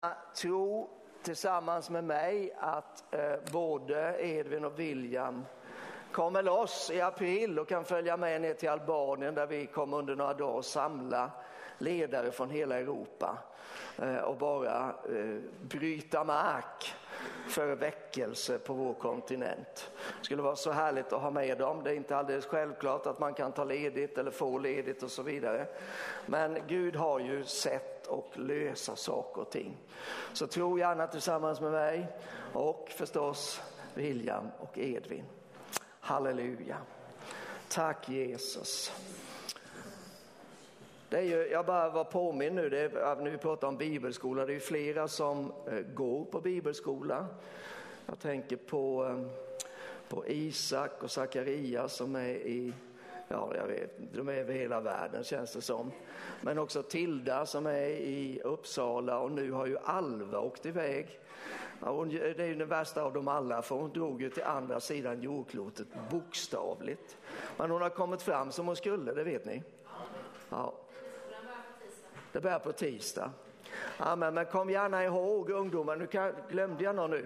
Tro tillsammans med mig att både Edvin och William kommer loss i april och kan följa med ner till Albanien, där vi kommer under några dagar att samla ledare från hela Europa och bara bryta mark för väckelse på vår kontinent. Det skulle vara så härligt att ha med dem. Det är inte alldeles självklart att man kan ta ledigt eller få ledigt och så vidare. Men Gud har ju sett och lösa saker och ting. Så tro gärna tillsammans med mig och förstås William och Edvin. Halleluja. Tack Jesus. Det är ju, jag bara var påminn nu, när vi pratar om bibelskola, det är ju flera som går på bibelskola. Jag tänker på Isak och Zacharias som är i, ja jag vet, de är över hela världen känns det som. Men också Tilda som är i Uppsala, och nu har ju Alva åkt iväg. Ja, det är ju den värsta av dem alla, för hon drog ju till andra sidan jordklotet bokstavligt. Men hon har kommit fram som hon skulle, det vet ni. Ja. Det börjar på tisdag. Ja, men kom gärna ihåg ungdomar, nu glömde jag någon nu.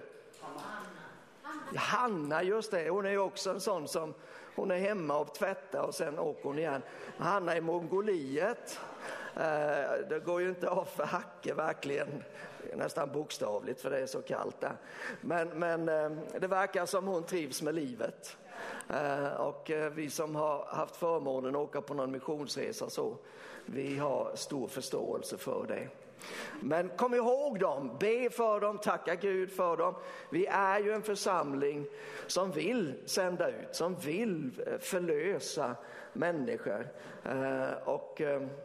Hanna, just det, hon är ju också en sån som hon är hemma och tvättar och sen åker hon igen. Hanna i Mongoliet. Det går ju inte av för hacke verkligen, nästan bokstavligt, för det är så kallt där. Men det verkar som hon trivs med livet. Och vi som har haft förmånen att åka på någon missionsresa, så vi har stor förståelse för det. Men kom ihåg dem, be för dem, tacka Gud för dem. Vi är ju en församling som vill sända ut, som vill förlösa människor. Och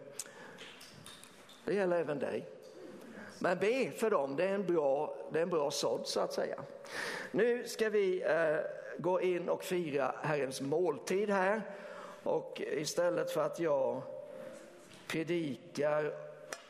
det gäller även dig. Men be för dem, det är en bra sådd så att säga. Nu ska vi gå in och fira Herrens måltid här. Och istället för att jag predikar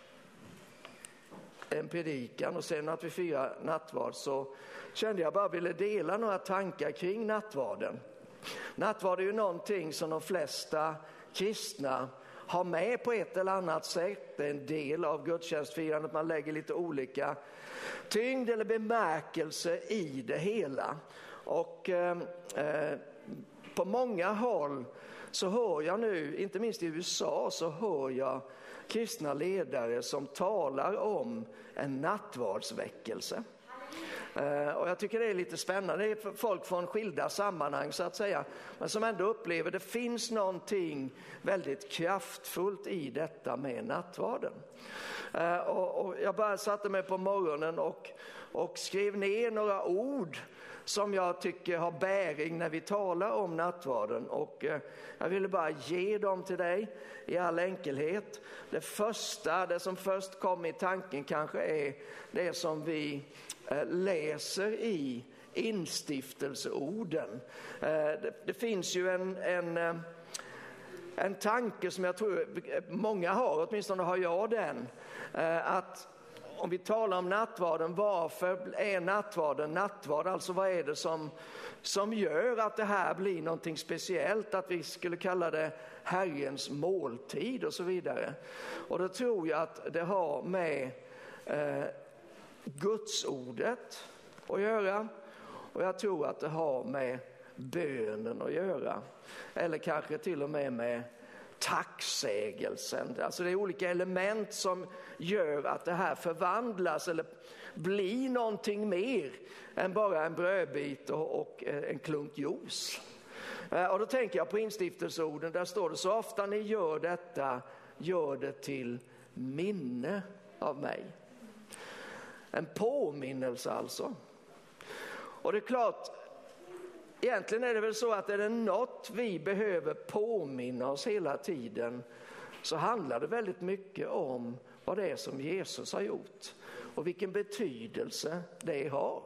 en predikan och sen att vi firar nattvard, så kände jag bara ville dela några tankar kring nattvarden. Nattvard är ju någonting som de flesta kristna har med på ett eller annat sätt. Det är en del av gudstjänstfirandet, man lägger lite olika tyngd eller bemärkelse i det hela. Och på många håll så hör jag nu, inte minst i USA, så hör jag kristna ledare som talar om en nattvardsväckelse. Och jag tycker det är lite spännande. Det är folk från skilda sammanhang så att säga, men som ändå upplever det finns någonting väldigt kraftfullt i detta med nattvarden. Och jag bara satte mig på morgonen och skrev ner några ord som jag tycker har bäring när vi talar om nattvarden, och jag ville bara ge dem till dig i all enkelhet. Det som först kom i tanken kanske är det som vi läser i instiftelseorden. Det finns ju en tanke som jag tror många har, åtminstone har jag den, att om vi talar om nattvarden, varför är nattvarden nattvard? Alltså vad är det som gör att det här blir någonting speciellt, att vi skulle kalla det Herrens måltid och så vidare. Och då tror jag att det har med Guds ordet att göra, och jag tror att det har med bönen att göra, eller kanske till och med tacksägelsen. Alltså det är olika element som gör att det här förvandlas eller blir någonting mer än bara en brödbit och en klunk juice. Och då tänker jag på instiftelseorden, där står det: så ofta ni gör detta, gör det till minne av mig. En påminnelse alltså. Och det är klart, egentligen är det väl så att är det något vi behöver påminna oss hela tiden, så handlar det väldigt mycket om vad det är som Jesus har gjort och vilken betydelse det har.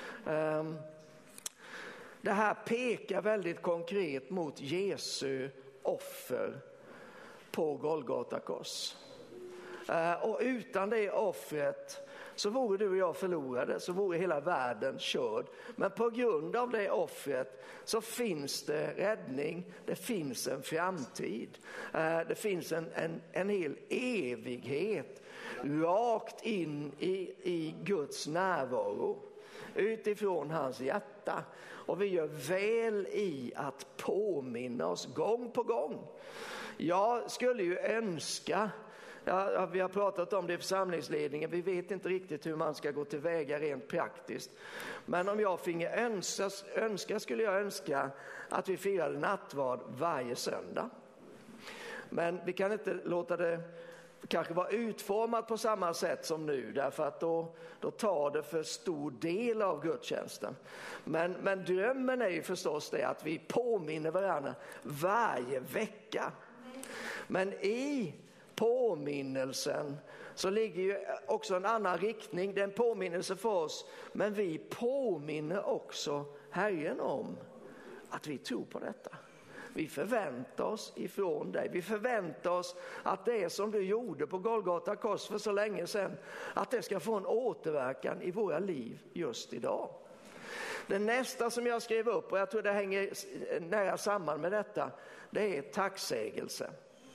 Det här pekar väldigt konkret mot Jesu offer på Golgata kors. Och utan det offret så vore du och jag förlorade, så vore hela världen körd. Men på grund av det offret så finns det räddning, det finns en framtid, det finns en hel evighet rakt in i Guds närvaro utifrån hans hjärta. Och vi gör väl i att påminna oss gång på gång. Jag skulle ju önska, vi har pratat om det i församlingsledningen, vi vet inte riktigt hur man ska gå tillväga rent praktiskt. Men om jag finge önska skulle jag önska att vi firade nattvard varje söndag. Men vi kan inte låta det kanske vara utformat på samma sätt som nu, därför att då tar det för stor del av gudstjänsten. Men drömmen är ju förstås det att vi påminner varandra varje vecka. Men i påminnelsen så ligger ju också en annan riktning. Det är en påminnelse för oss, men vi påminner också Herren om att vi tror på detta. Vi förväntar oss ifrån dig. Vi förväntar oss att det som du gjorde på Golgata kors för så länge sedan, att det ska få en återverkan i våra liv just idag. Det nästa som jag skrev upp, och jag tror det hänger nära samman med detta, det är tacksägelse.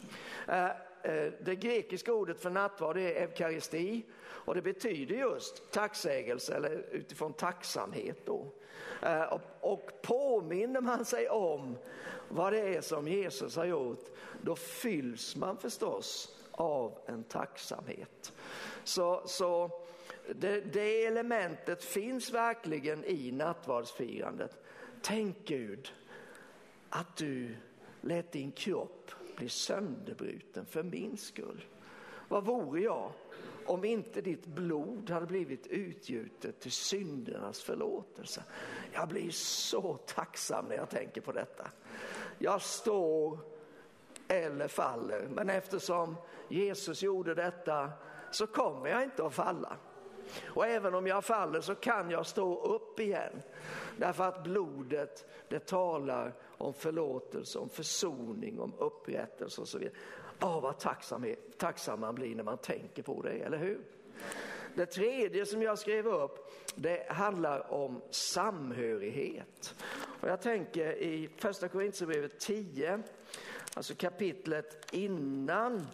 Det grekiska ordet för nattvard är eukaristi, och det betyder just tacksägelse eller utifrån tacksamhet då. Och påminner man sig om vad det är som Jesus har gjort, då fylls man förstås av en tacksamhet. Så det elementet finns verkligen i nattvardsfirandet. Tänk Gud att du lät din kropp bli sönderbruten för min skull. Vad vore jag om inte ditt blod hade blivit utgjutet till syndernas förlåtelse? Jag blir så tacksam när jag tänker på detta. Jag står eller faller, men eftersom Jesus gjorde detta så kommer jag inte att falla. Och även om jag faller så kan jag stå upp igen. Därför att blodet, det talar om förlåtelse, om försoning, om upprättelse och så vidare. Vad tacksam man blir när man tänker på det, eller hur? Det tredje som jag skrev upp, det handlar om samhörighet. Och jag tänker i första Korinthierbrevet 10, alltså kapitlet innan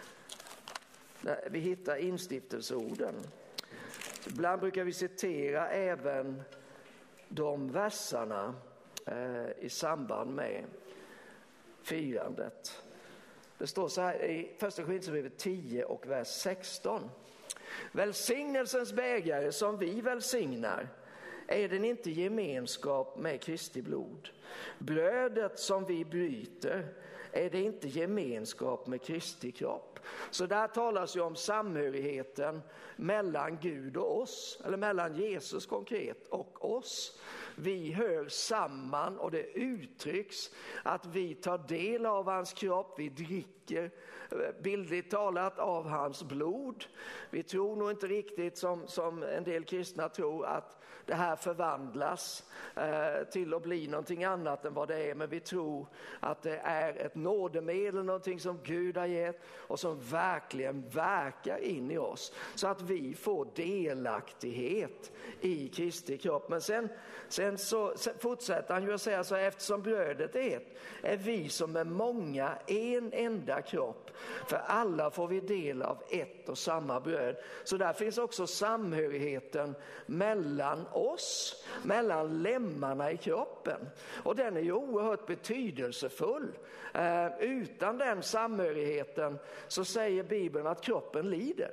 vi hittar instiftelseorden. Ibland brukar vi citera även de versarna i samband med firandet. Det står så här i första Korinthierbrevet 10 och vers 16. Välsignelsens bägare som vi välsignar, är den inte gemenskap med Kristi blod? Brödet som vi bryter, är det inte gemenskap med Kristi kropp? Så där talas ju om samhörigheten mellan Gud och oss, eller mellan Jesus konkret och oss. Vi hör samman, och det uttrycks att vi tar del av hans kropp, vi dricker bildligt talat av hans blod. Vi tror nog inte riktigt som en del kristna tror att det här förvandlas till att bli någonting annat än vad det är, men vi tror att det är ett nådemedel, någonting som Gud har gett och som verkligen verkar in i oss så att vi får delaktighet i Kristi kropp. Men sen så fortsätter han ju att säga så här: eftersom brödet är ett, är vi som är många en enda kropp, för alla får vi del av ett och samma bröd. Så där finns också samhörigheten mellan oss, mellan lemmarna i kroppen, och den är ju oerhört betydelsefull. Utan den samhörigheten så säger Bibeln att kroppen lider.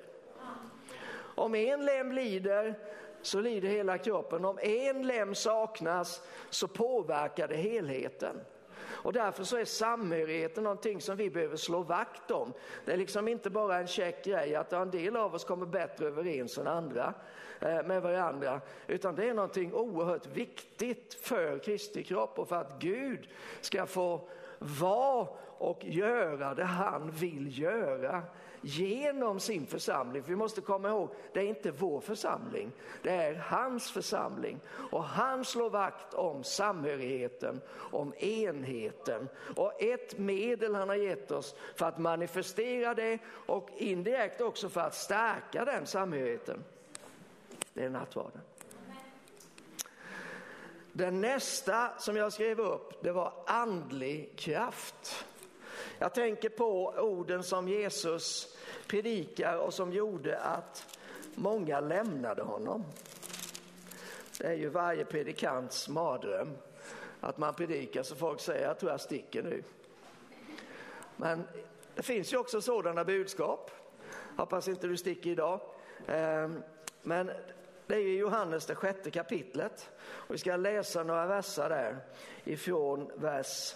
Om en lem lider så lider hela kroppen. Om en lem saknas så påverkar det helheten. Och därför så är samhörigheten någonting som vi behöver slå vakt om. Det är liksom inte bara en check grej att en del av oss kommer bättre överens än andra med varandra, utan det är någonting oerhört viktigt för Kristi kropp och för att Gud ska få vara och göra det han vill göra genom sin församling. För vi måste komma ihåg, det är inte vår församling, det är hans församling, och han slår vakt om samhörigheten, om enheten, och ett medel han har gett oss för att manifestera det och indirekt också för att stärka den samhörigheten, Det är nattvarden. Den nästa som jag skrev upp, det var andlig kraft. Jag tänker på orden som Jesus predikar och som gjorde att många lämnade honom. Det är ju varje predikants mardröm att man predikar så folk säger jag tror jag sticker nu. Men det finns ju också sådana budskap. Hoppas inte du sticker idag. Men det är ju Johannes det 6:e kapitlet. Och vi ska läsa några verser där ifrån vers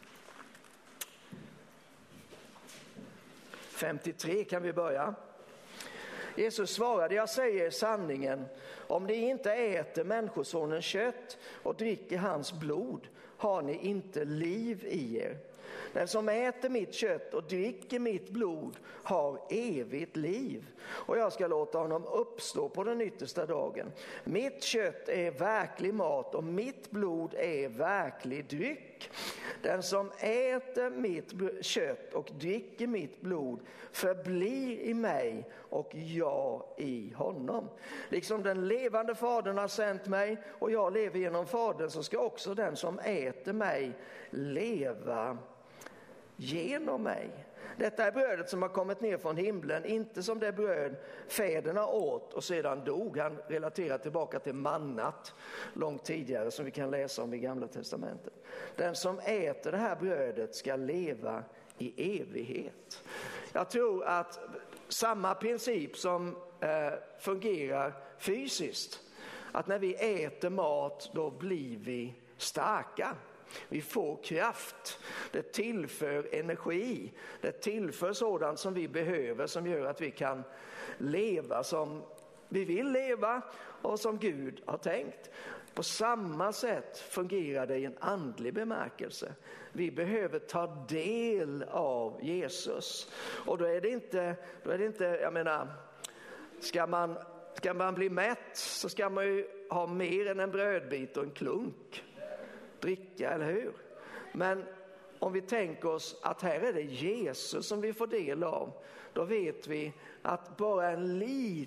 53 kan vi börja. Jesus svarade, jag säger sanningen, om ni inte äter människosonens kött och dricker hans blod har ni inte liv i er. Den som äter mitt kött och dricker mitt blod har evigt liv och jag ska låta honom uppstå på den yttersta dagen. Mitt kött är verklig mat och mitt blod är verklig dryck. Den som äter mitt kött och dricker mitt blod förblir i mig och jag i honom. Liksom den levande fadern har sänt mig och jag lever genom fadern, så ska också den som äter mig leva genom mig. Detta är brödet som har kommit ner från himlen, inte som det bröd fäderna åt och sedan dog. Han relaterar tillbaka till mannat långt tidigare som vi kan läsa om i Gamla testamentet. Den som äter det här brödet ska leva i evighet. Jag tror att samma princip som fungerar fysiskt, att när vi äter mat då blir vi starka. Vi får kraft, det tillför energi, det tillför sådant som vi behöver som gör att vi kan leva som vi vill leva och som Gud har tänkt. På samma sätt fungerar det i en andlig bemärkelse. Vi behöver ta del av Jesus. Och då är det inte jag menar, ska man bli mätt så ska man ju ha mer än en brödbit och en klunk. Dricka, eller hur? Men om vi tänker oss att här är det Jesus som vi får del av, då vet vi att bara en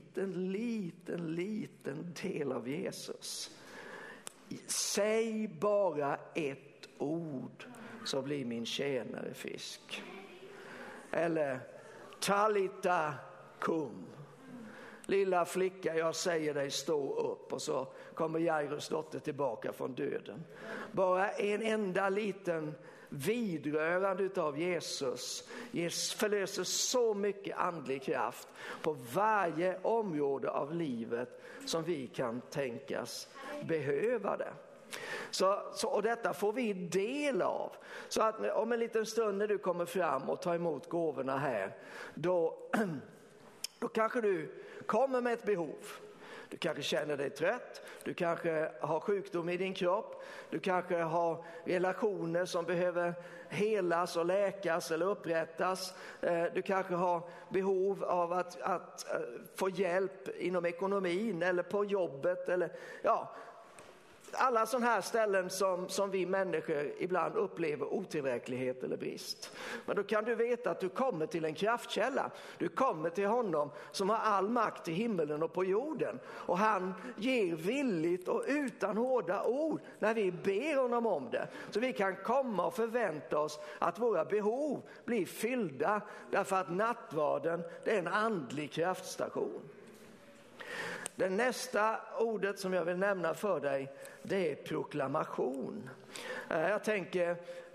liten del av Jesus. Säg bara ett ord så blir min tjänare fisk. Eller Talita kum. Lilla flicka, jag säger dig stå upp, och så kommer Jairus dotter tillbaka från döden. Bara en enda liten vidrörande av Jesus förlöser så mycket andlig kraft på varje område av livet som vi kan tänkas behöva det. Och detta får vi del av. Så att om en liten stund när du kommer fram och tar emot gåvorna här, då kanske du kommer med ett behov. Du kanske känner dig trött, du kanske har sjukdom i din kropp, du kanske har relationer som behöver helas och läkas eller upprättas. Du kanske har behov av att få hjälp inom ekonomin eller på jobbet eller alla sådana här ställen som vi människor ibland upplever otillräcklighet eller brist. Men då kan du veta att du kommer till en kraftkälla. Du kommer till honom som har all makt i himmelen och på jorden. Och han ger villigt och utan hårda ord när vi ber honom om det. Så vi kan komma och förvänta oss att våra behov blir fyllda. Därför att nattvarden, det är en andlig kraftstation. Det nästa ordet som jag vill nämna för dig, det är proklamation. Jag tänker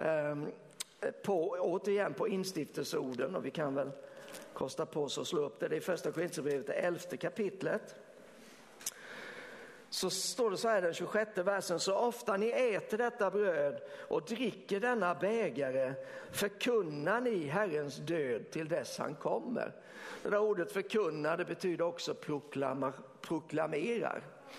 återigen på instiftelseorden, och vi kan väl kosta på oss att slå upp det. Det är första Korinthierbrevet, det 11:e kapitlet. Så står det så här, den 26:e versen: så ofta ni äter detta bröd och dricker denna bägare förkunnar ni Herrens död till dess han kommer. Det där ordet förkunna, det betyder också proklamerar.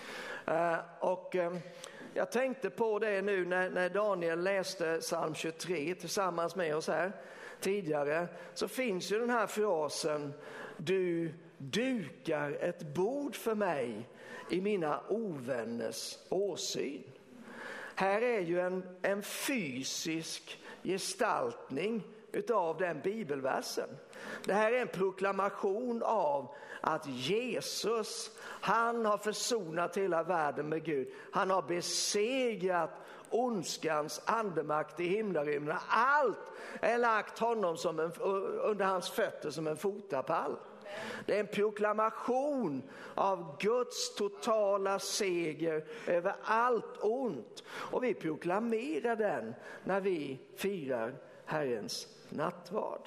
Jag tänkte på det nu när Daniel läste psalm 23 tillsammans med oss här tidigare, så finns ju den här frasen: du dukar ett bord för mig i mina ovänners åsyn. Här är ju en fysisk gestaltning utav den bibelversen. Det här är en proklamation av att Jesus, han har försonat hela världen med Gud. Han har besegrat ondskans andemakt i himlarymden. Allt är lagt honom under hans fötter som en fotapall. Det är en proklamation av Guds totala seger över allt ont. Och vi proklamerar den när vi firar Herrens nattvard.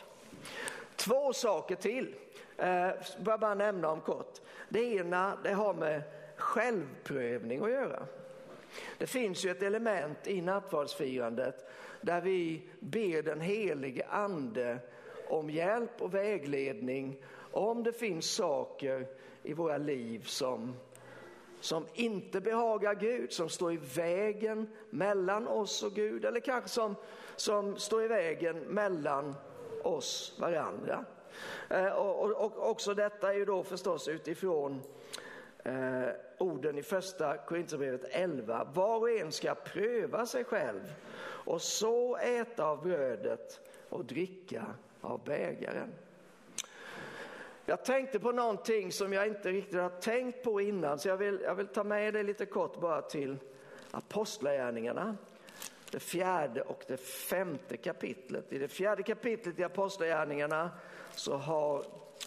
2 saker till. Bara nämna om kort. Det ena, det har med självprövning att göra. Det finns ju ett element i nattvardsfirandet där vi ber den helige ande om hjälp och vägledning om det finns saker i våra liv som inte behagar Gud, som står i vägen mellan oss och Gud, eller kanske som står i vägen mellan oss varandra. Och också detta är ju då förstås utifrån orden i första Korinthierbrevet 11. Var och en ska pröva sig själv och så äta av brödet och dricka av bägaren. Jag tänkte på någonting som jag inte riktigt har tänkt på innan, så jag vill ta med det lite kort bara till Apostlagärningarna. Det 4:e och det 5:e kapitlet. I det 4:e kapitlet i Apostlagärningarna så har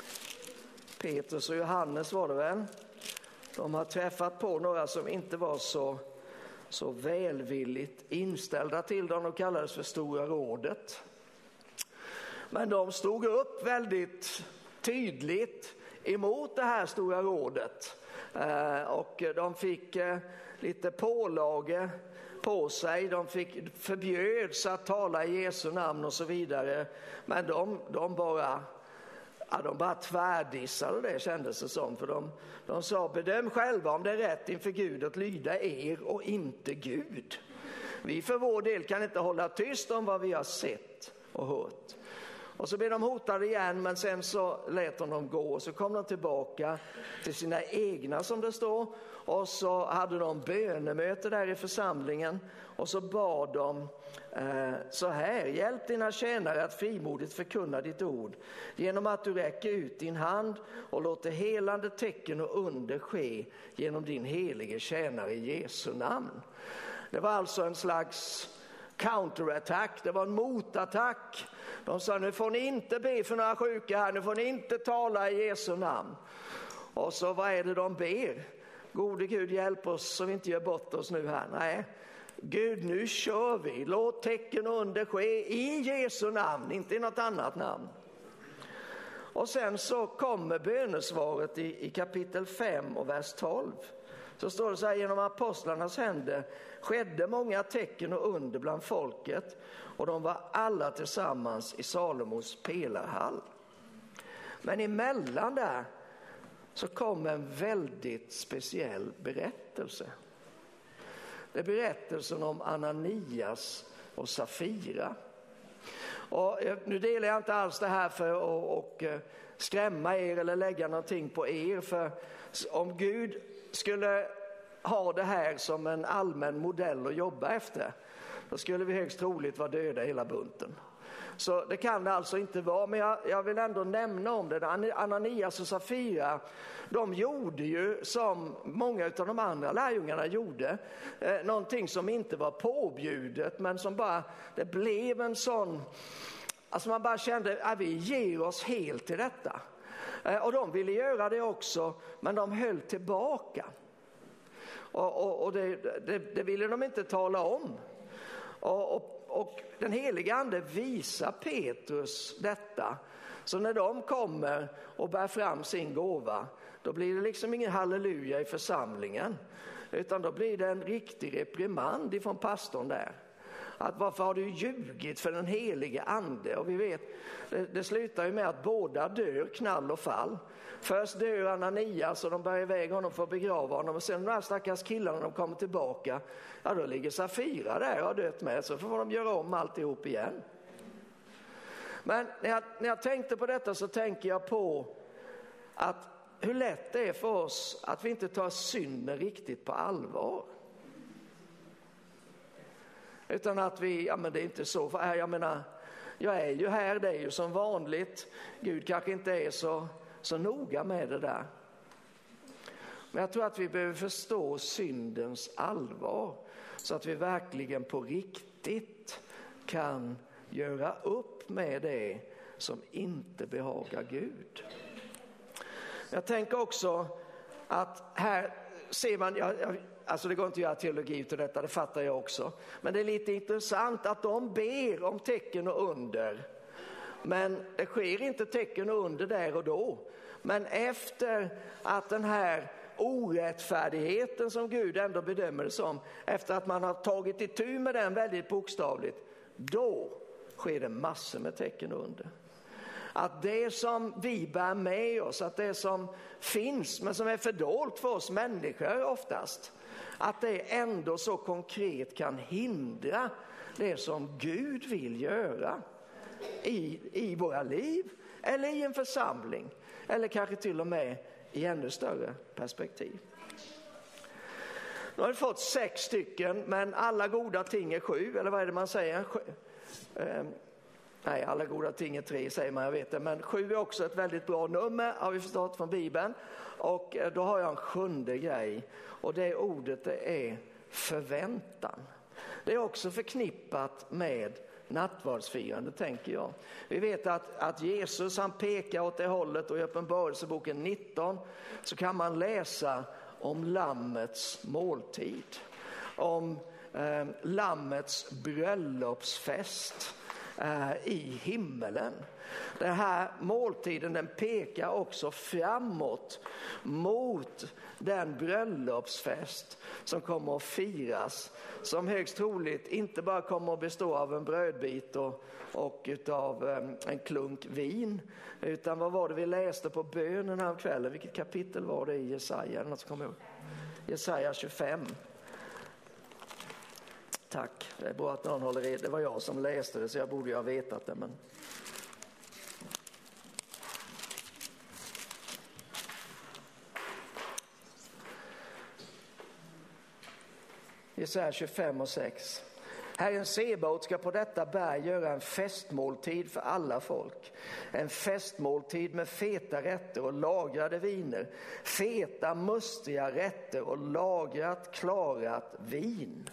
Petrus och Johannes, var det väl, de har träffat på några som inte var så välvilligt inställda till dem och kallades för Stora rådet. Men de stod upp väldigt tydligt emot det här Stora rådet. Och de fick lite pålagor på sig. De förbjöds att tala i Jesu namn och så vidare. Men de bara tvärdissade det, kändes det som. För de sa, bedöm själva om det är rätt inför Gud att lyda er och inte Gud. Vi för vår del kan inte hålla tyst om vad vi har sett och hört. Och så blev de hotade igen, men sen så lät de dem gå. Och så kom de tillbaka till sina egna, som det står. Och så hade de bönemöte där i församlingen. Och så bad de så här: hjälp dina tjänare att frimodigt förkunna ditt ord, genom att du räcker ut din hand och låter helande tecken och under ske genom din helige tjänare i Jesu namn. Det var alltså en slags counterattack, det var en motattack. De sa, nu får ni inte be för några sjuka här, nu får ni inte tala i Jesu namn. Och så vad är det de ber? Gode Gud, hjälp oss så vi inte gör bort oss nu här. Nej, Gud, nu kör vi. Låt tecken och under ske i Jesu namn, inte i något annat namn. Och sen så kommer bönesvaret i kapitel 5 och vers 12. Så står det så här: genom apostlarnas händer skedde många tecken och under bland folket, och de var alla tillsammans i Salomos pelarhall. Men emellan där så kom en väldigt speciell berättelse. Det är berättelsen om Ananias och Safira. Och nu delar jag inte alls det här för att skrämma er eller lägga någonting på er. För om Gud skulle ha det här som en allmän modell att jobba efter, då skulle vi högst troligt vara döda hela bunten. Så det kan det alltså inte vara, men jag vill ändå nämna om det. Ananias och Safira, de gjorde ju som många av de andra lärjungarna gjorde, någonting som inte var påbjudet, men som bara, det blev en sån, alltså man bara kände att vi ger oss helt till detta. Och de ville göra det också, men de höll tillbaka. Och det ville de inte tala om. Och den heliga ande visar Petrus detta. Så när de kommer och bär fram sin gåva, då blir det liksom ingen halleluja i församlingen, utan då blir det en riktig reprimand ifrån pastorn där. Att varför har du ljugit för den helige ande? Och vi vet, det slutar ju med att båda dör, knall och fall. Först dör Ananias och de bär iväg honom för att begrava honom. Och sen när stackars killarna de kommer tillbaka, ja då ligger Safira där och har dött med. Så får de göra om alltihop igen. Men när jag tänkte på detta så tänker jag på att hur lätt det är för oss att vi inte tar synden riktigt på allvar. Utan att vi, ja men det är inte så, jag menar, Jag är ju här, det är ju som vanligt. Gud kanske inte är så noga med det där. Men jag tror att vi behöver förstå syndens allvar så att vi verkligen på riktigt kan göra upp med det som inte behagar Gud. Jag tänker också att här ser man, alltså det går inte att göra teologi utav detta, det fattar jag också. Men det är lite intressant att de ber om tecken och under. Men det sker inte tecken och under där och då. Men efter att den här orättfärdigheten som Gud ändå bedömer det som, efter att man har tagit itu med den väldigt bokstavligt, då sker det massor med tecken och under. Att det som vi bär med oss, att det som finns men som är fördolt för oss människor oftast, att det ändå så konkret kan hindra det som Gud vill göra i våra liv eller i en församling eller kanske till och med i ännu större perspektiv. Nu har vi fått 6 stycken, men alla goda ting är 7, eller vad är det man säger? Nej, alla goda ting är 3 säger man, jag vet det. Men 7 är också ett väldigt bra nummer, har vi förstått från Bibeln. Och då har jag en 7:e grej. Och det ordet det är förväntan. Det är också förknippat med nattvardsfirande, tänker jag. Vi vet att Jesus han pekar åt det hållet, och i Uppenbarelseboken 19 så kan man läsa om lammets måltid. Om lammets bröllopsfest i himmelen. Den här måltiden den pekar också framåt mot den bröllopsfest som kommer att firas, som högst troligt inte bara kommer att bestå av en brödbit och utav en klunk vin, utan vad var det vi läste på bönen här kvällen? Vilket kapitel var det i Jesaja? Något som kommer ihåg? Jesaja 25. Tack, det är bra att någon håller i. Det var jag som läste det, så jag borde ju ha vetat det. Men... Jesaja 25:6. Herren Sebaot ska på detta berg göra en festmåltid för alla folk. En festmåltid med feta rätter och lagrade viner. Feta, mustiga rätter och lagrat, klarat vin.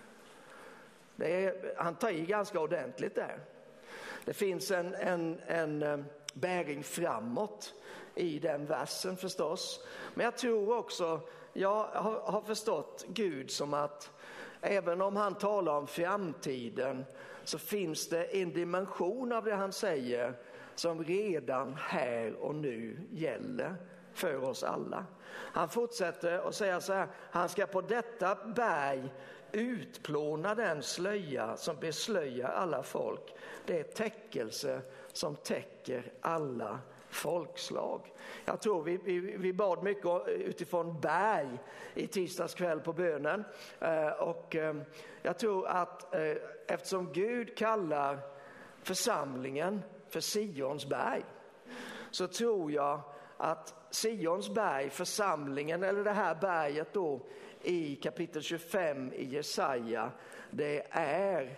Han tar i ganska ordentligt där. Det finns en bäring framåt i den versen förstås. Men jag tror också, jag har förstått Gud som att även om han talar om framtiden så finns det en dimension av det han säger som redan här och nu gäller för oss alla. Han fortsätter att säga så här: han ska på detta berg utplåna den slöja som beslöjar alla folk. Det är täckelse som täcker alla folkslag. Jag tror vi bad mycket utifrån berg i tisdags kväll på bönen. Och jag tror att eftersom Gud kallar församlingen för Sions berg, så tror jag att Sions berg, församlingen eller det här berget då i kapitel 25 i Jesaja, det är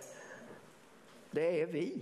vi.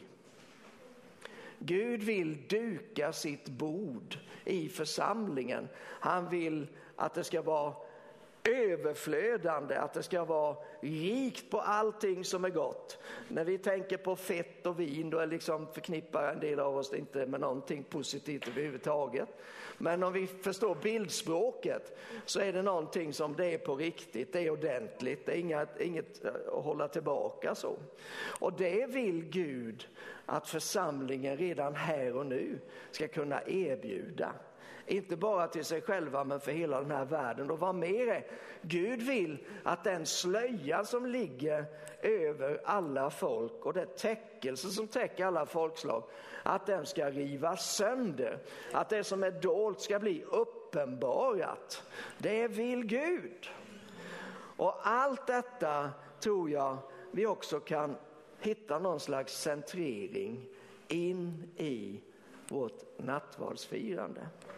Gud vill duka sitt bord i församlingen. Han vill att det ska vara överflödande, att det ska vara rikt på allting som är gott. När vi tänker på fett och vin, då är liksom förknippar en del av oss inte med någonting positivt överhuvudtaget. Men om vi förstår bildspråket så är det någonting som det är på riktigt, det är ordentligt, det är inget att hålla tillbaka så. Och det vill Gud att församlingen redan här och nu ska kunna erbjuda. Inte bara till sig själva men för hela den här världen. Och vad mer är, Gud vill att den slöja som ligger över alla folk och det täckelse som täcker alla folkslag, att den ska rivas sönder. Att det som är dolt ska bli uppenbarat. Det vill Gud. Och allt detta tror jag vi också kan hitta någon slags centrering in i vårt nattvardsfirande.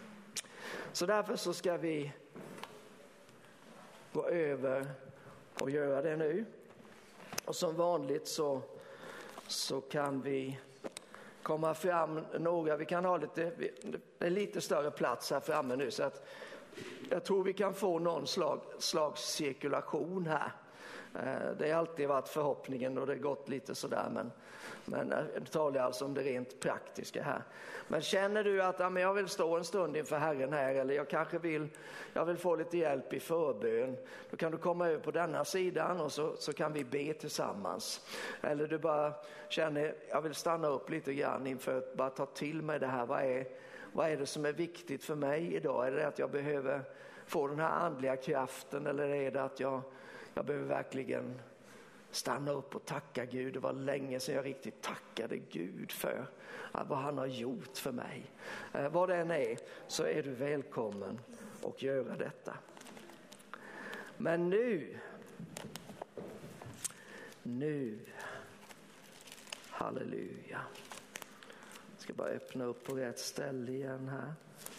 Så därför så ska vi gå över och göra det nu. Och som vanligt så kan vi komma fram några. Vi kan ha det är lite större plats här framme nu, så att jag tror vi kan få någon slags cirkulation här. Det har alltid varit förhoppningen och det har gått lite sådär, men det talar alltså om det rent praktiska här. Men känner du att jag vill stå en stund inför Herren här, eller jag vill få lite hjälp i förbön, då kan du komma över på denna sidan och så kan vi be tillsammans. Eller du bara känner, jag vill stanna upp lite grann inför att bara ta till mig det här. Vad är det som är viktigt för mig idag? Är det att jag behöver få den här andliga kraften, eller är det att jag behöver verkligen stanna upp och tacka Gud? Det var länge sedan jag riktigt tackade Gud för vad han har gjort för mig. Vad det än är, så är du välkommen att göra detta. Men nu, halleluja. Jag ska bara öppna upp på rätt ställe igen här.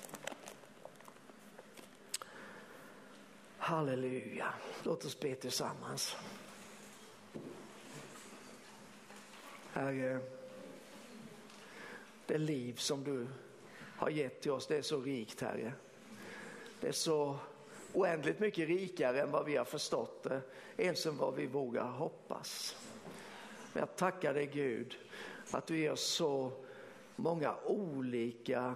Halleluja. Låt oss be tillsammans. Herre, det liv som du har gett till oss, det är så rikt, Herre. Det är så oändligt mycket rikare än vad vi har förstått det, ens än vad vi vågar hoppas. Men jag tackar dig, Gud, att du ger oss så många olika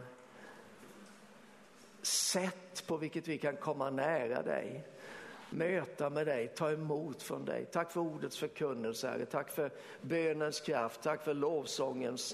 sätt på vilket vi kan komma nära dig, möta med dig, ta emot från dig. Tack för ordets förkunnelse, Herre. Tack för bönens kraft. Tack för lovsångens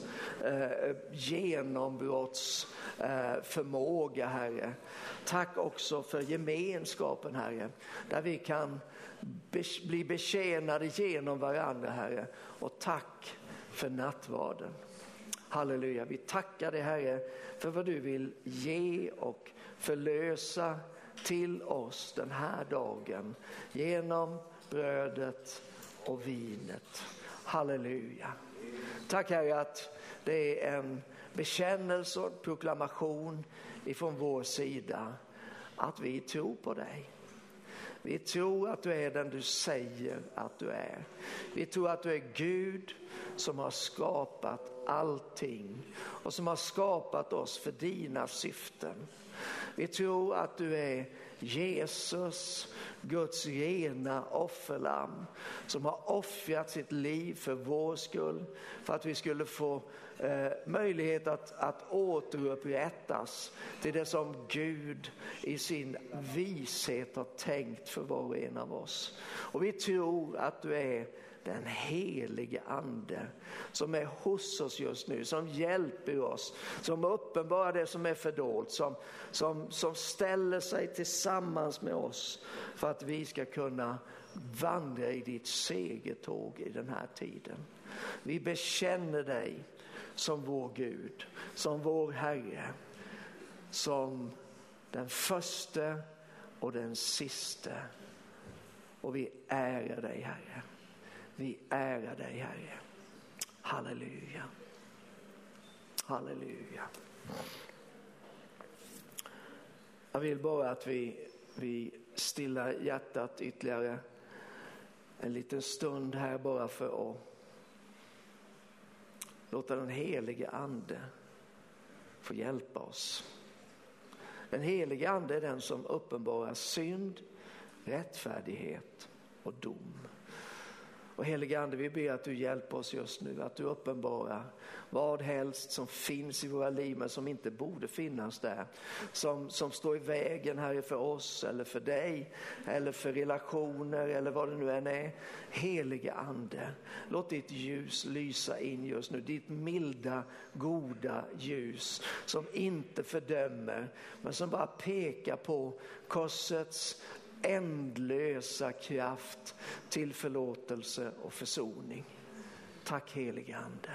genombrottsförmåga, Herre. Tack också för gemenskapen, Herre, där vi kan bli betjänade genom varandra, Herre. Och tack för nattvarden. Halleluja, vi tackar dig, Herre, för vad du vill ge och förlösa till oss den här dagen genom brödet och vinet. Halleluja. Tack, Herre, att det är en bekännelse och proklamation ifrån vår sida att vi tror på dig. Vi tror att du är den du säger att du är. Vi tror att du är Gud som har skapat allting och som har skapat oss för dina syften. Vi tror att du är Jesus, Guds rena offerlamm, som har offrat sitt liv för vår skull, för att vi skulle få möjlighet att återupprättas till det som Gud i sin vishet har tänkt för var och en av oss. Och vi tror att du är den helige ande som är hos oss just nu, som hjälper oss, som uppenbarar det som är fördolt, som ställer sig tillsammans med oss för att vi ska kunna vandra i ditt segertåg i den här tiden. Vi bekänner dig som vår Gud, som vår Herre, som den första och den sista. Och vi ärar dig, Herre. Vi ärar dig, Herre. Halleluja. Halleluja. Jag vill bara att vi stillar hjärtat ytterligare en liten stund här, bara för att låta den helige ande få hjälpa oss. Den helige ande är den som uppenbarar synd, rättfärdighet och dom. Och helige ande, vi ber att du hjälper oss just nu, att du uppenbarar vad helst som finns i våra liv men som inte borde finnas där, som står i vägen här för oss eller för dig eller för relationer eller vad det nu än är. Helige ande, låt ditt ljus lysa in just nu, ditt milda, goda ljus som inte fördömer men som bara pekar på korsets ändlösa kraft till förlåtelse och försoning. Tack, helige ande.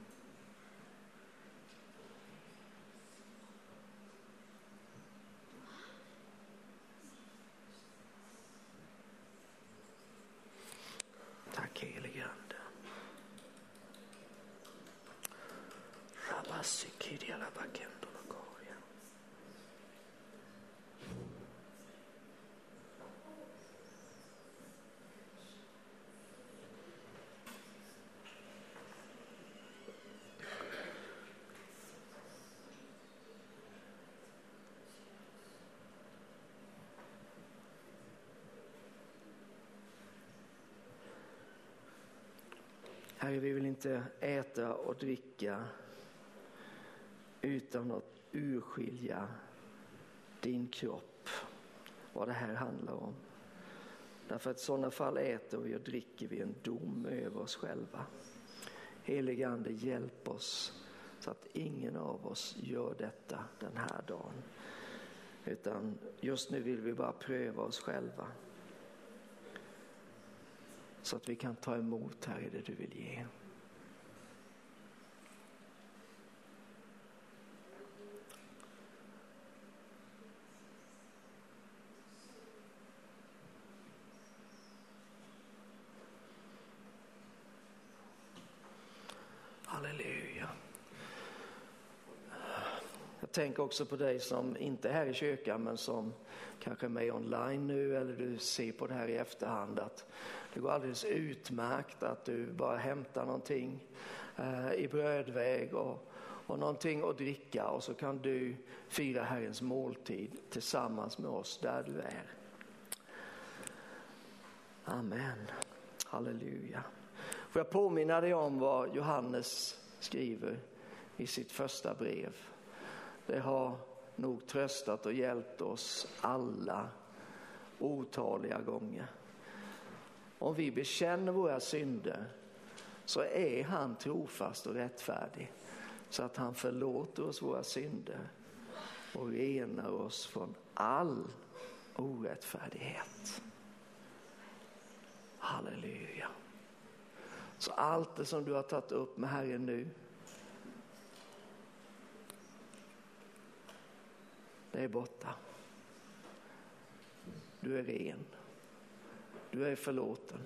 Tack, helige ande. Herre, vi vill inte äta och dricka utan att urskilja din kropp, vad det här handlar om. Därför att i sådana fall äter vi och dricker vi en dom över oss själva. Helige Ande, hjälp oss så att ingen av oss gör detta den här dagen. Utan just nu vill vi bara pröva oss själva. Så att vi kan ta emot, Herre, det du vill ge. Halleluja. Jag tänker också på dig som inte är här i kyrkan men som kanske är med online nu eller du ser på det här i efterhand, att det går alldeles utmärkt att du bara hämtar någonting i brödväg och någonting att dricka, och så kan du fira Herrens måltid tillsammans med oss där du är. Amen. Halleluja. Får jag påminna dig om vad Johannes skriver i sitt första brev. Det har nog tröstat och hjälpt oss alla otaliga gånger. Om vi bekänner våra synder så är han trofast och rättfärdig så att han förlåter oss våra synder och renar oss från all orättfärdighet. Halleluja. Så allt det som du har tagit upp med Herren nu, det är borta. Du är ren. Du är förlåten.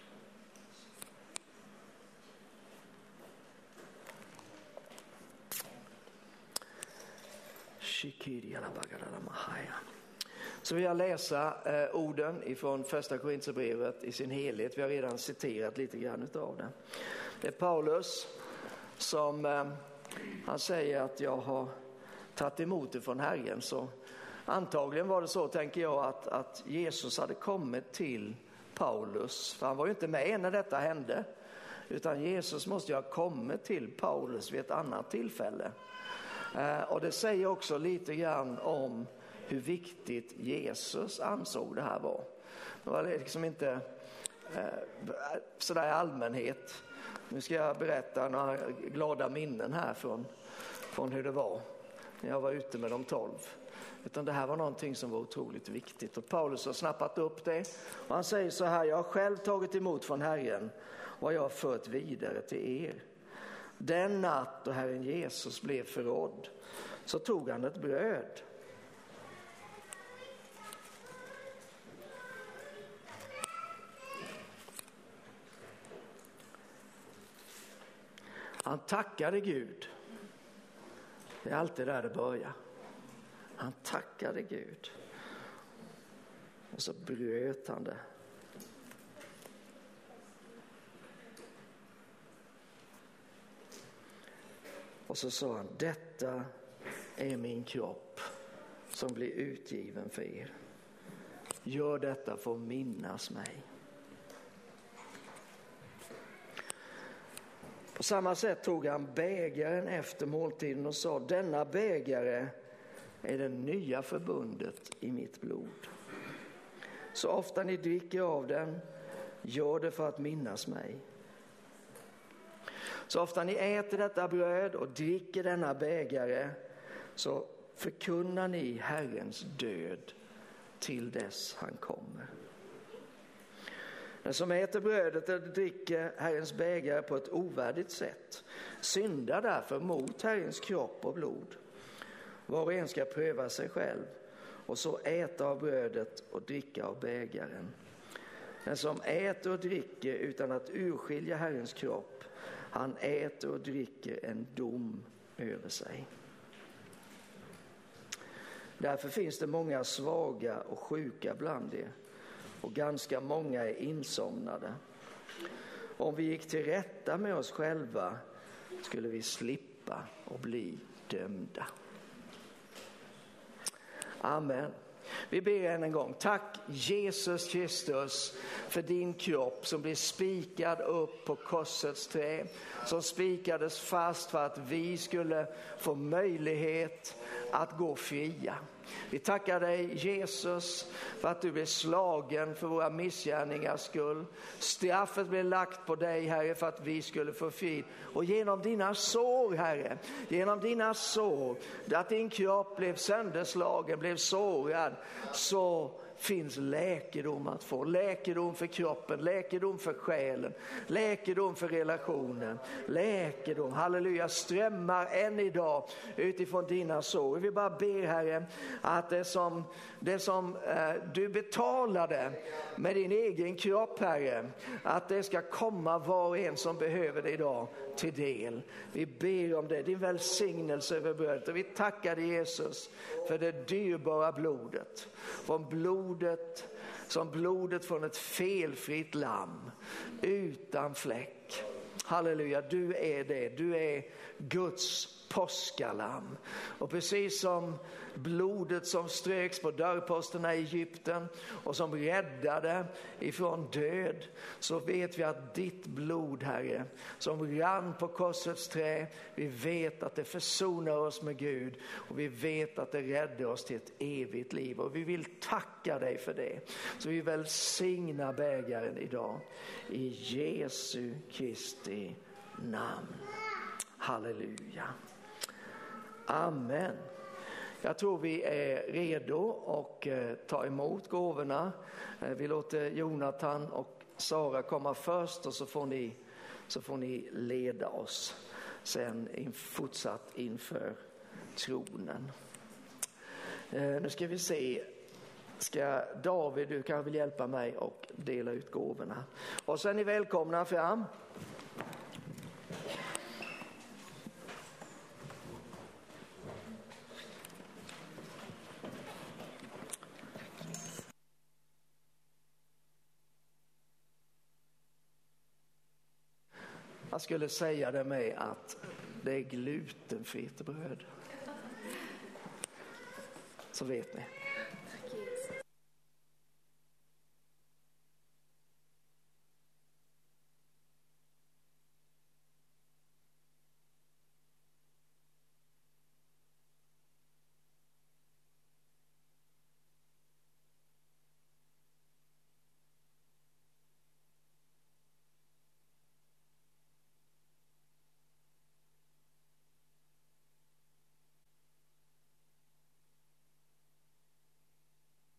Så vill jag läsa orden ifrån första Korinthierbrevet i sin helhet. Vi har redan citerat lite grann av det. Det är Paulus som han säger att jag har tagit emot det från Herren. Så antagligen var det så, tänker jag, att Jesus hade kommit till Paulus. För han var ju inte med när detta hände. Utan Jesus måste ju ha kommit till Paulus vid ett annat tillfälle. Och det säger också lite grann om hur viktigt Jesus ansåg det här var. Det var liksom inte sådär i allmänhet. Nu ska jag berätta några glada minnen här från hur det var när jag var ute med de 12. Utan det här var någonting som var otroligt viktigt. Och Paulus har snappat upp det. Och han säger så här: jag har själv tagit emot från Herren vad jag har fört vidare till er. Den natt då Herren Jesus blev förrådd så tog han ett bröd. Han tackade Gud. Det är alltid där det börjar. Han tackade Gud. Och så bröt han det. Och så sa han: detta är min kropp som blir utgiven för er. Gör detta för att minnas mig. På samma sätt tog han bägaren efter måltiden och sa: denna bägare är det nya förbundet i mitt blod. Så ofta ni dricker av den, gör det för att minnas mig. Så ofta ni äter detta bröd och dricker denna bägare, så förkunnar ni Herrens död till dess han kommer. Den som äter brödet eller dricker Herrens bägare på ett ovärdigt sätt syndar därför mot Herrens kropp och blod. Var och en ska pröva sig själv och så äta av brödet och dricka av bägaren. Den som äter och dricker utan att urskilja Herrens kropp, han äter och dricker en dom över sig. Därför finns det många svaga och sjuka bland er, och ganska många är insomnade. Om vi gick till rätta med oss själva skulle vi slippa och bli dömda. Amen. Vi ber än en gång, tack Jesus Kristus för din kropp som blir spikad upp på korsets trä, som spikades fast för att vi skulle få möjlighet att gå fria. Vi tackar dig Jesus för att du blev slagen för våra missgärningars skull. Straffet blev lagt på dig, Herre, för att vi skulle få frid. Och genom dina sår, Herre, genom dina sår, att din kropp blev sönderslagen, blev sårad, så finns läkedom att få. Läkedom för kroppen, läkedom för själen, läkedom för relationen. Läkedom, halleluja, strömmar än idag utifrån dina sår. Vi bara ber, Herre, att det som du betalade med din egen kropp, Herre, att det ska komma var och en som behöver det idag till del. Vi ber om det, din välsignelse över brödet, och vi tackar dig Jesus för det dyrbara blodet, som blodet från ett felfritt lamm utan fläck. Halleluja, du är det, du är Guds påskalamm. Och precis som blodet som ströks på dörrposterna i Egypten och som räddade ifrån död, så vet vi att ditt blod, Herre, som rann på korsets trä, vi vet att det försonar oss med Gud, och vi vet att det räddar oss till ett evigt liv, och vi vill tacka dig för det. Så vi välsignar bägaren idag i Jesu Kristi namn. Halleluja. Amen. Jag tror vi är redo att ta emot gåvorna. Vi låter Jonathan och Sara komma först, och så får ni leda oss sen fortsatt inför tronen. Nu ska vi se. Ska David, du kan väl hjälpa mig och dela ut gåvorna. Och sen är ni välkomna fram. Jag skulle säga det med att det är glutenfritt bröd. Så vet ni.